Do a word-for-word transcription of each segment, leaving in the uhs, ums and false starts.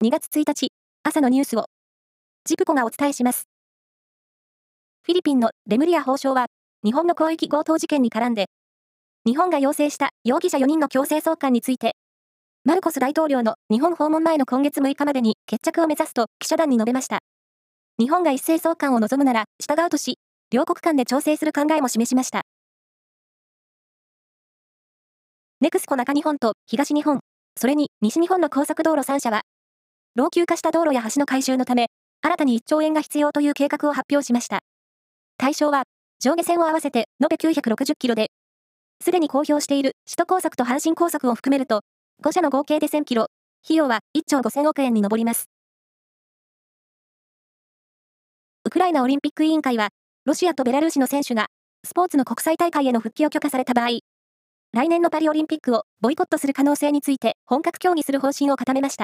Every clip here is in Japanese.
にがつついたち、朝のニュースを、ジプコがお伝えします。フィリピンのレムリア法相は、日本の広域強盗事件に絡んで、日本が要請した容疑者よにんの強制送還について、マルコス大統領の日本訪問前の今月むいかまでに決着を目指すと記者団に述べました。日本が一斉送還を望むなら従うとし、両国間で調整する考えも示しました。ネクスコ中日本と東日本、それに西日本の高速道路さんしゃは、老朽化した道路や橋の改修のため、新たにいっちょうえんが必要という計画を発表しました。対象は、上下線を合わせて延べきゅうひゃくろくじゅっキロで、すでに公表している首都高速と阪神高速を含めると、ごしゃの合計でせんキロ、費用はいっちょうごせんおくえんに上ります。ウクライナオリンピック委員会は、ロシアとベラルーシの選手が、スポーツの国際大会への復帰を許可された場合、来年のパリオリンピックをボイコットする可能性について本格協議する方針を固めました。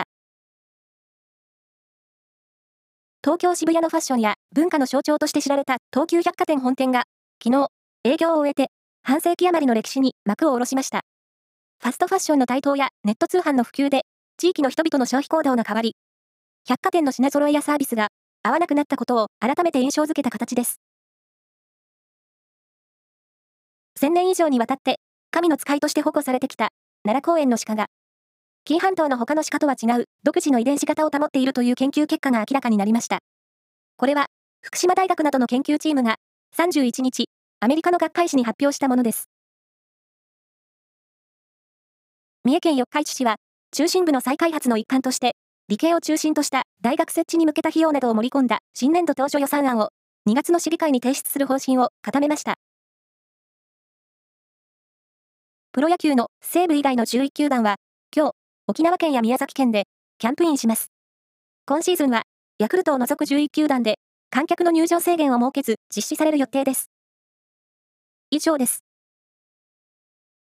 東京渋谷のファッションや文化の象徴として知られた東急百貨店本店が、昨日、営業を終えて、半世紀余りの歴史に幕を下ろしました。ファストファッションの台頭やネット通販の普及で、地域の人々の消費行動が変わり、百貨店の品揃えやサービスが合わなくなったことを改めて印象づけた形です。せんねん以上にわたって、神の使いとして保護されてきた奈良公園の鹿が、紀伊半島の他の鹿とは違う独自の遺伝子型を保っているという研究結果が明らかになりました。これは、福島大学などの研究チームがさんじゅういちにち、アメリカの学会誌に発表したものです。三重県四日市市は、中心部の再開発の一環として、理系を中心とした大学設置に向けた費用などを盛り込んだ新年度当初予算案をにがつの市議会に提出する方針を固めました。プロ野球の西武以外のじゅういっきゅうだんは、今日、沖縄県や宮崎県でキャンプインします。今シーズンは、ヤクルトを除くじゅういっきゅうだんで、観客の入場制限を設けず実施される予定です。以上です。